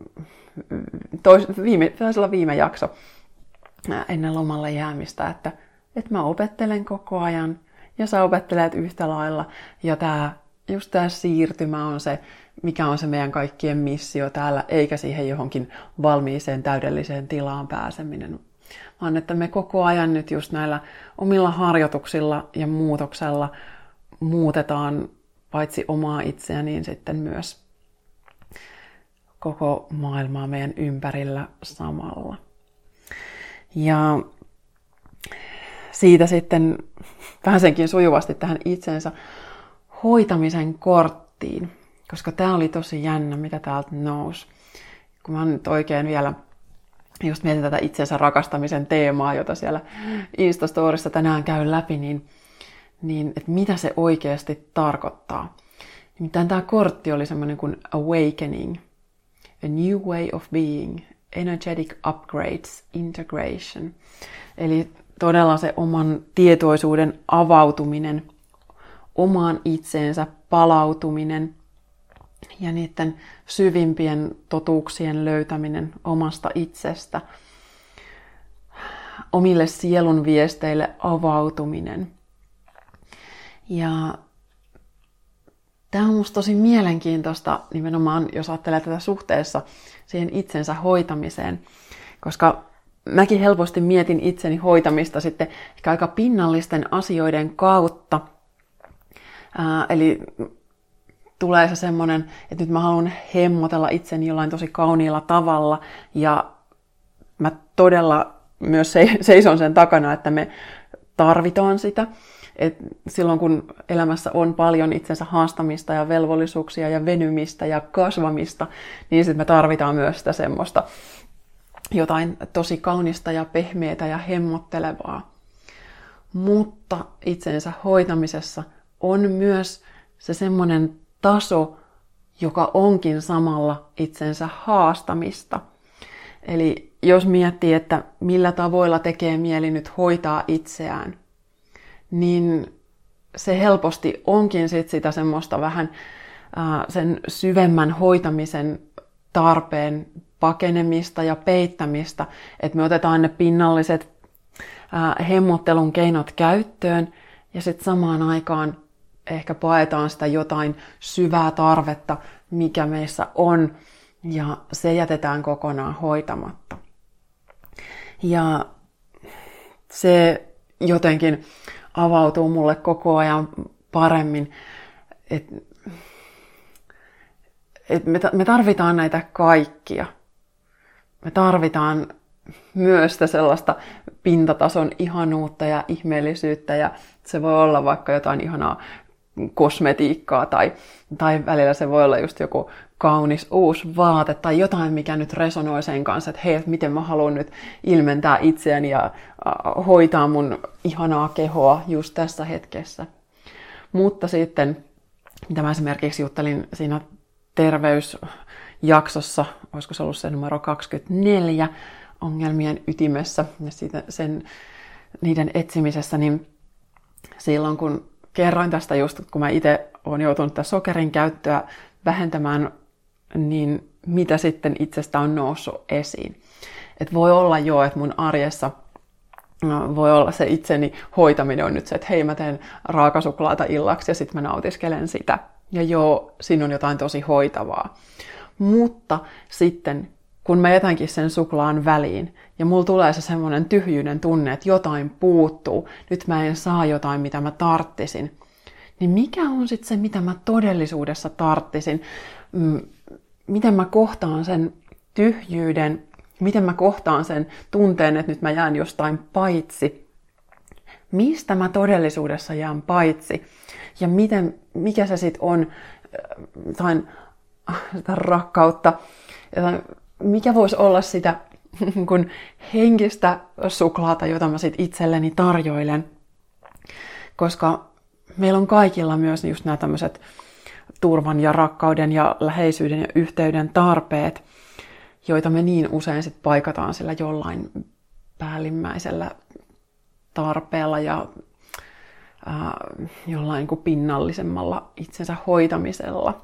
A: viime jakso ennen lomalle jäämistä, että mä opettelen koko ajan ja sä opettelet yhtä lailla. Ja just tää siirtymä on se, mikä on se meidän kaikkien missio täällä, eikä siihen johonkin valmiiseen täydelliseen tilaan pääseminen. Vaan että me koko ajan nyt just näillä omilla harjoituksilla ja muutoksella muutetaan paitsi omaa itseä, niin sitten myös koko maailmaa meidän ympärillä samalla. Ja siitä sitten pääsenkin sujuvasti tähän itsensä hoitamisen korttiin, koska tämä oli tosi jännä, mitä täältä nousi. Kun mä nyt oikein vielä just mietin tätä itsensä rakastamisen teemaa, jota siellä Instastorissa tänään käyn läpi, niin että mitä se oikeasti tarkoittaa. Nimittäin tämä kortti oli semmoinen kuin Awakening, A New Way of Being, Energetic Upgrades, Integration. Eli todella se oman tietoisuuden avautuminen, omaan itseensä palautuminen ja niiden syvimpien totuuksien löytäminen omasta itsestä, omille sielun viesteille avautuminen. Ja tämä on musta tosi mielenkiintoista nimenomaan, jos ajattelee tätä suhteessa siihen itsensä hoitamiseen, koska mäkin helposti mietin itseni hoitamista sitten ehkä aika pinnallisten asioiden kautta. Eli tulee se semmoinen, että nyt mä haluan hemmotella itseni jollain tosi kauniilla tavalla ja mä todella myös seison sen takana, että me tarvitaan sitä. Et silloin kun elämässä on paljon itsensä haastamista ja velvollisuuksia ja venymistä ja kasvamista, niin sitten me tarvitaan myös sitä semmoista jotain tosi kaunista ja pehmeätä ja hemmottelevaa. Mutta itsensä hoitamisessa on myös se semmoinen taso, joka onkin samalla itsensä haastamista. Eli jos miettii, että millä tavoilla tekee mieli nyt hoitaa itseään, niin se helposti onkin sit sitä semmoista vähän sen syvemmän hoitamisen tarpeen pakenemista ja peittämistä, että me otetaan ne pinnalliset hemmottelun keinot käyttöön ja sitten samaan aikaan ehkä paetaan sitä jotain syvää tarvetta, mikä meissä on, ja se jätetään kokonaan hoitamatta. Ja se jotenkin avautuu mulle koko ajan paremmin, että me tarvitaan näitä kaikkia. Me tarvitaan myös sitä sellaista pintatason ihanuutta ja ihmeellisyyttä, ja se voi olla vaikka jotain ihanaa kosmetiikkaa, tai välillä se voi olla just joku kaunis uusi vaate, tai jotain, mikä nyt resonoi sen kanssa, että hei, miten mä haluan nyt ilmentää itseäni ja hoitaa mun ihanaa kehoa just tässä hetkessä. Mutta sitten, mitä mä esimerkiksi juttelin siinä terveysjaksossa, olisiko se ollut se numero 24, ongelmien ytimessä ja niiden etsimisessä, niin silloin kun kerroin tästä just, kun mä itse olen joutunut tätä sokerin käyttöä vähentämään, niin mitä sitten itsestä on noussut esiin. Et voi olla jo, että mun arjessa voi olla se itseni hoitaminen on nyt se, että hei, mä teen raakasuklaata illaksi ja sitten mä nautiskelen sitä. Ja joo, siinä on jotain tosi hoitavaa. Mutta sitten, kun mä jätänkin sen suklaan väliin ja mulla tulee se semmoinen tyhjyyden tunne, että jotain puuttuu, nyt mä en saa jotain, mitä mä tarttisin, niin mikä on sitten se, mitä mä todellisuudessa tarttisin? Miten mä kohtaan sen tyhjyyden? Miten mä kohtaan sen tunteen, että nyt mä jään jostain paitsi? Mistä mä todellisuudessa jään paitsi? Ja mikä se sitten on, sitä rakkautta, mikä voisi olla sitä kun henkistä suklaata, jota mä sitten itselleni tarjoilen. Koska meillä on kaikilla myös just nämä tämmöiset turvan ja rakkauden ja läheisyyden ja yhteyden tarpeet. joita me niin usein sit paikataan sillä jollain päällimmäisellä tarpeella ja jollain niin kuin pinnallisemmalla itsensä hoitamisella.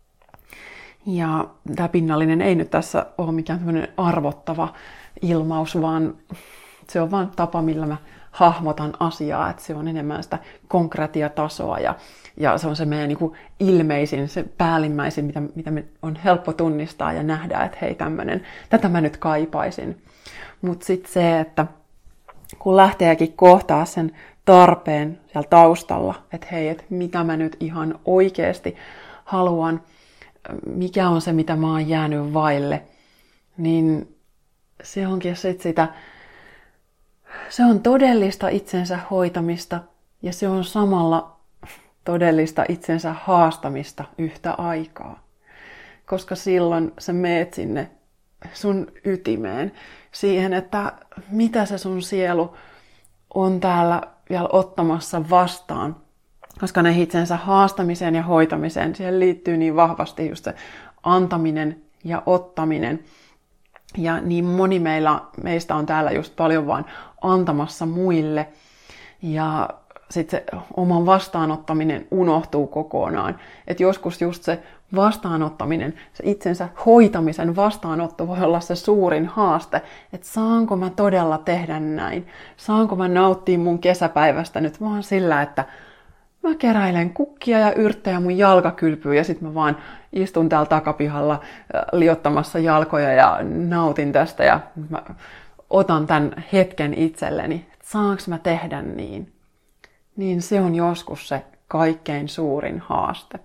A: Ja tämä pinnallinen ei nyt tässä ole mikään tämmöinen arvottava ilmaus, vaan se on vain tapa, millä mä hahmotan asiaa, että se on enemmän sitä konkretiatasoa ja se on se meidän niin kuin ilmeisin, se päällimmäisin, mitä me on helppo tunnistaa ja nähdä, että hei tätä mä nyt kaipaisin. Mutta sitten se, että kun lähteekin kohtaa sen tarpeen siellä taustalla, että hei, että mitä mä nyt ihan oikeasti haluan, mikä on se, mitä mä oon jäänyt vaille, niin se onkin sitä, se on todellista itsensä hoitamista ja se on samalla todellista itsensä haastamista yhtä aikaa. Koska silloin sä meet sinne sun ytimeen, siihen, että mitä se sun sielu on täällä vielä ottamassa vastaan. Koska ne itsensä haastamiseen ja hoitamiseen, siihen liittyy niin vahvasti just se antaminen ja ottaminen. Ja niin moni meistä on täällä just paljon vaan antamassa muille. Ja sitten se oman vastaanottaminen unohtuu kokonaan. Että joskus just se vastaanottaminen, se itsensä hoitamisen vastaanotto voi olla se suurin haaste. Että saanko mä todella tehdä näin? Saanko mä nauttia mun kesäpäivästä nyt vaan sillä, että mä keräilen kukkia ja yrttejä mun jalkakylpyyn ja sitten mä vaan istun täällä takapihalla liottamassa jalkoja ja nautin tästä ja mä otan tämän hetken itselleni. Saanko mä tehdä niin? Niin se on joskus se kaikkein suurin haaste.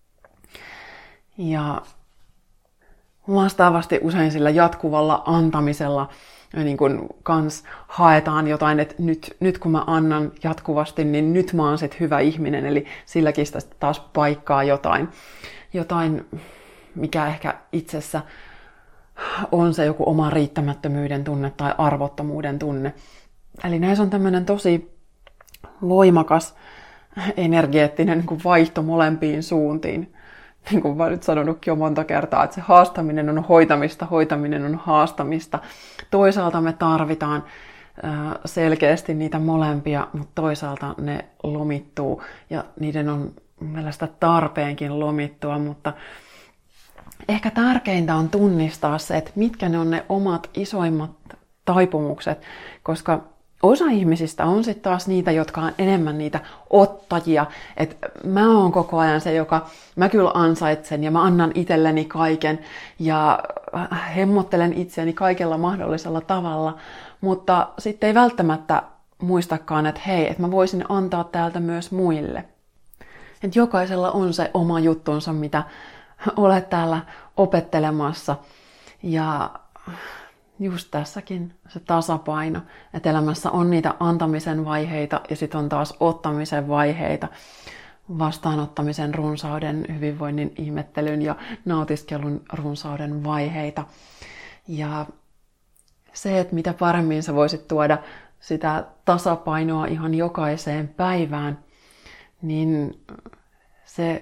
A: Ja vastaavasti usein sillä jatkuvalla antamisella niin kun kans haetaan jotain, että nyt kun mä annan jatkuvasti, niin nyt mä oon sit hyvä ihminen. Eli silläkin sitä taas paikkaa jotain, mikä ehkä itsessä on se joku oma riittämättömyyden tunne tai arvottomuuden tunne. Eli näissä on tämmöinen tosi voimakas, energeettinen niin kuin vaihto molempiin suuntiin. Niin kuin mä nyt sanonutkin jo monta kertaa, että se haastaminen on hoitamista, hoitaminen on haastamista. Toisaalta me tarvitaan selkeästi niitä molempia, mutta toisaalta ne lomittuu ja niiden on mielestäni tarpeenkin lomittua, mutta ehkä tärkeintä on tunnistaa se, että mitkä ne on ne omat isoimmat taipumukset, koska osa ihmisistä on sitten taas niitä, jotka on enemmän niitä ottajia, että mä oon koko ajan se, joka mä kyllä ansaitsen ja mä annan itselleni kaiken ja hemmottelen itseäni kaikella mahdollisella tavalla, mutta sitten ei välttämättä muistakaan, että hei, että mä voisin antaa täältä myös muille. Että jokaisella on se oma juttunsa, mitä olet täällä opettelemassa ja just tässäkin se tasapaino, että elämässä on niitä antamisen vaiheita ja sitten on taas ottamisen vaiheita, vastaanottamisen runsauden, hyvinvoinnin ihmettelyn ja nautiskelun runsauden vaiheita. Ja se, että mitä paremmin sä voisit tuoda sitä tasapainoa ihan jokaiseen päivään, niin se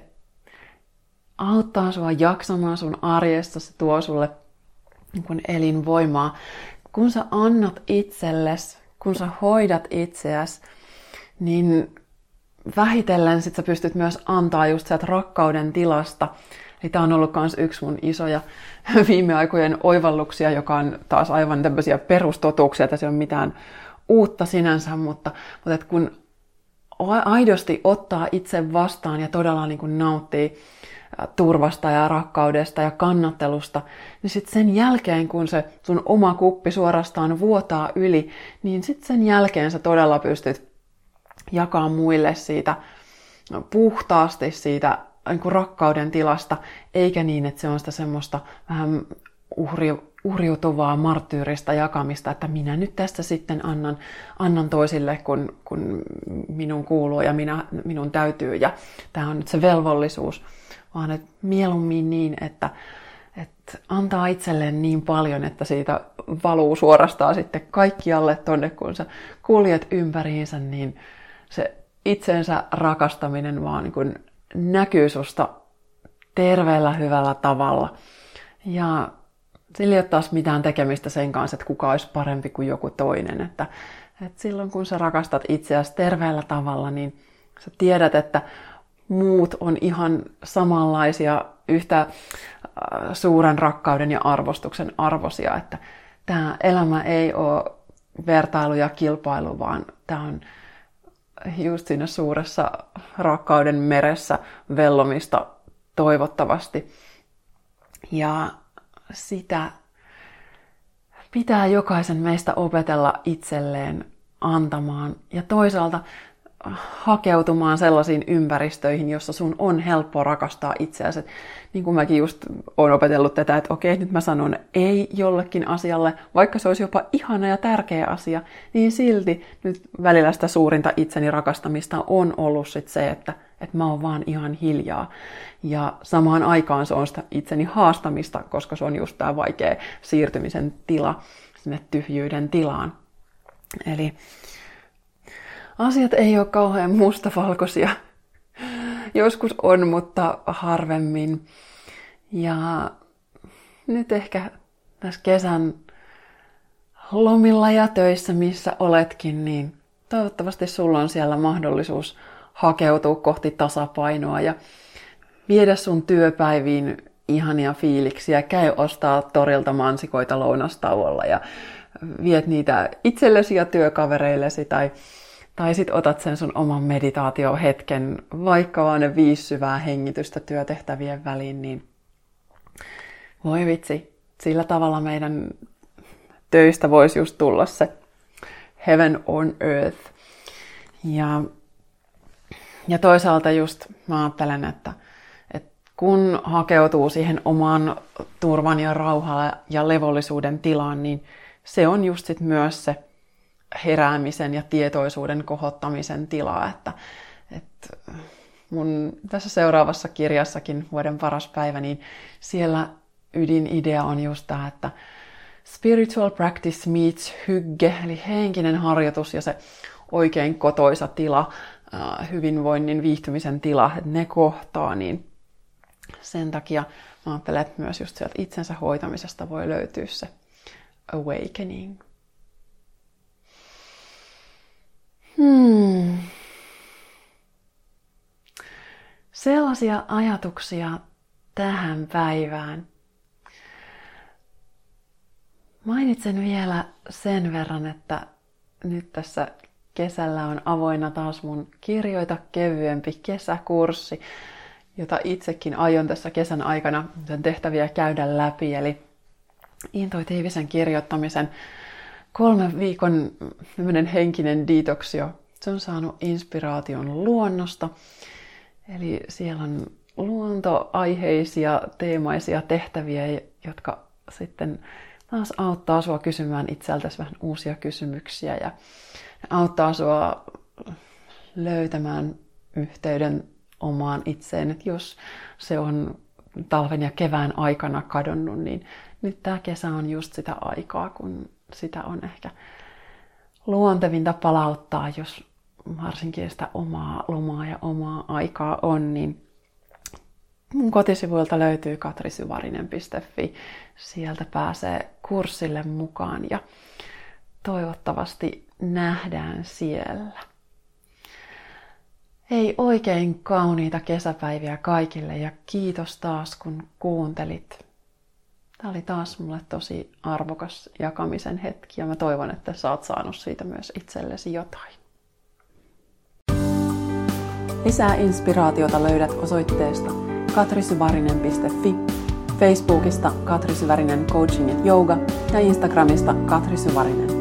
A: auttaa sua jaksamaan sun arjessa, se tuo sulle kun elinvoimaa. Kun sä annat itsellesi, kun sä hoidat itseäsi, niin vähitellen sit sä pystyt myös antaa just sieltä rakkauden tilasta. Eli tää on ollut myös yksi mun isoja viime aikojen oivalluksia, joka on taas aivan tämmöisiä perustotuuksia, että se ei ole mitään uutta sinänsä, mutta et kun aidosti ottaa itse vastaan ja todella niin kuin nauttii turvasta ja rakkaudesta ja kannattelusta, niin sitten sen jälkeen, kun se sun oma kuppi suorastaan vuotaa yli, niin sitten sen jälkeen sä todella pystyt jakamaan muille siitä puhtaasti siitä niin kuin rakkauden tilasta, eikä niin, että se on sitä semmoista vähän uhriutuvaa marttyyristä jakamista, että minä nyt tästä sitten annan toisille, kun minun kuuluu ja minun täytyy, ja tämä on nyt se velvollisuus. Vaan että mieluummin niin, että antaa itselleen niin paljon, että siitä valuu suorastaan sitten kaikkialle tonne, kun sä kuljet ympäriinsä, niin se itsensä rakastaminen vaan niin kuin näkyy susta terveellä, hyvällä tavalla. Ja sillä ei ole taas mitään tekemistä sen kanssa, että kuka olisi parempi kuin joku toinen. Että silloin kun sä rakastat itseäsi terveellä tavalla, niin sä tiedät, että muut on ihan samanlaisia, yhtä suuren rakkauden ja arvostuksen arvoisia. Että tämä elämä ei ole vertailu ja kilpailu, vaan tämä on just siinä suuressa rakkauden meressä vellomista toivottavasti. Ja sitä pitää jokaisen meistä opetella itselleen antamaan ja toisaalta hakeutumaan sellaisiin ympäristöihin, jossa sun on helppo rakastaa itseäsi. Niin kuin mäkin just olen opetellut tätä, että okei, nyt mä sanon ei jollekin asialle, vaikka se olisi jopa ihana ja tärkeä asia, niin silti nyt välillä sitä suurinta itseni rakastamista on ollut sit se, että mä oon vaan ihan hiljaa. Ja samaan aikaan se on sitä itseni haastamista, koska se on just tää vaikea siirtymisen tila sinne tyhjyyden tilaan. Eli asiat ei ole kauhean mustavalkoisia. Joskus on, mutta harvemmin. Ja nyt ehkä tässä kesän lomilla ja töissä, missä oletkin, niin toivottavasti sulla on siellä mahdollisuus hakeutua kohti tasapainoa ja viedä sun työpäiviin ihania fiiliksiä. Käy ostaa torilta mansikoita lounastauolla ja viet niitä itsellesi ja työkavereillesi tai sit otat sen sun oman meditaatiohetken, vaikka vaan ne 5 syvää hengitystä työtehtävien väliin, niin voi vitsi, sillä tavalla meidän töistä voisi just tulla se heaven on earth. Ja toisaalta just mä ajattelen, että kun hakeutuu siihen oman turvan ja rauhan ja levollisuuden tilaan, niin se on just sit myös se heräämisen ja tietoisuuden kohottamisen tila, että mun tässä seuraavassa kirjassakin Vuoden paras päivä, niin siellä ydinidea on just tämä, että spiritual practice meets hygge, eli henkinen harjoitus ja se oikein kotoisa tila, hyvinvoinnin, viihtymisen tila, että ne kohtaa, niin sen takia mä ajattelen, että myös just sieltä itsensä hoitamisesta voi löytyä se awakening. Sellaisia ajatuksia tähän päivään. Mainitsen vielä sen verran, että nyt tässä kesällä on avoinna taas mun Kirjoita kevyempi kesäkurssi, jota itsekin aion tässä kesän aikana sen tehtäviä käydä läpi. Eli intuitiivisen kirjoittamisen 3 viikon henkinen detoksio. Se on saanut inspiraation luonnosta. Eli siellä on luontoaiheisia, teemaisia tehtäviä, jotka sitten taas auttaa sua kysymään itseltäsi vähän uusia kysymyksiä ja auttaa sua löytämään yhteyden omaan itseen. Et jos se on talven ja kevään aikana kadonnut, niin nyt tämä kesä on just sitä aikaa, kun sitä on ehkä luontevinta palauttaa, jos varsinkin sitä omaa lomaa ja omaa aikaa on, niin mun kotisivuilta löytyy katrisyvarinen.fi. Sieltä pääsee kurssille mukaan ja toivottavasti nähdään siellä. Hei, oikein kauniita kesäpäiviä kaikille ja kiitos taas kun kuuntelit. Tämä oli taas mulle tosi arvokas jakamisen hetki ja mä toivon, että sä oot saanut siitä myös itsellesi jotain. Lisää inspiraatiota löydät osoitteesta katrisyvarinen.fi, Facebookista Katri Syvärinen Coaching ja Yoga ja Instagramista Katri Syvärinen.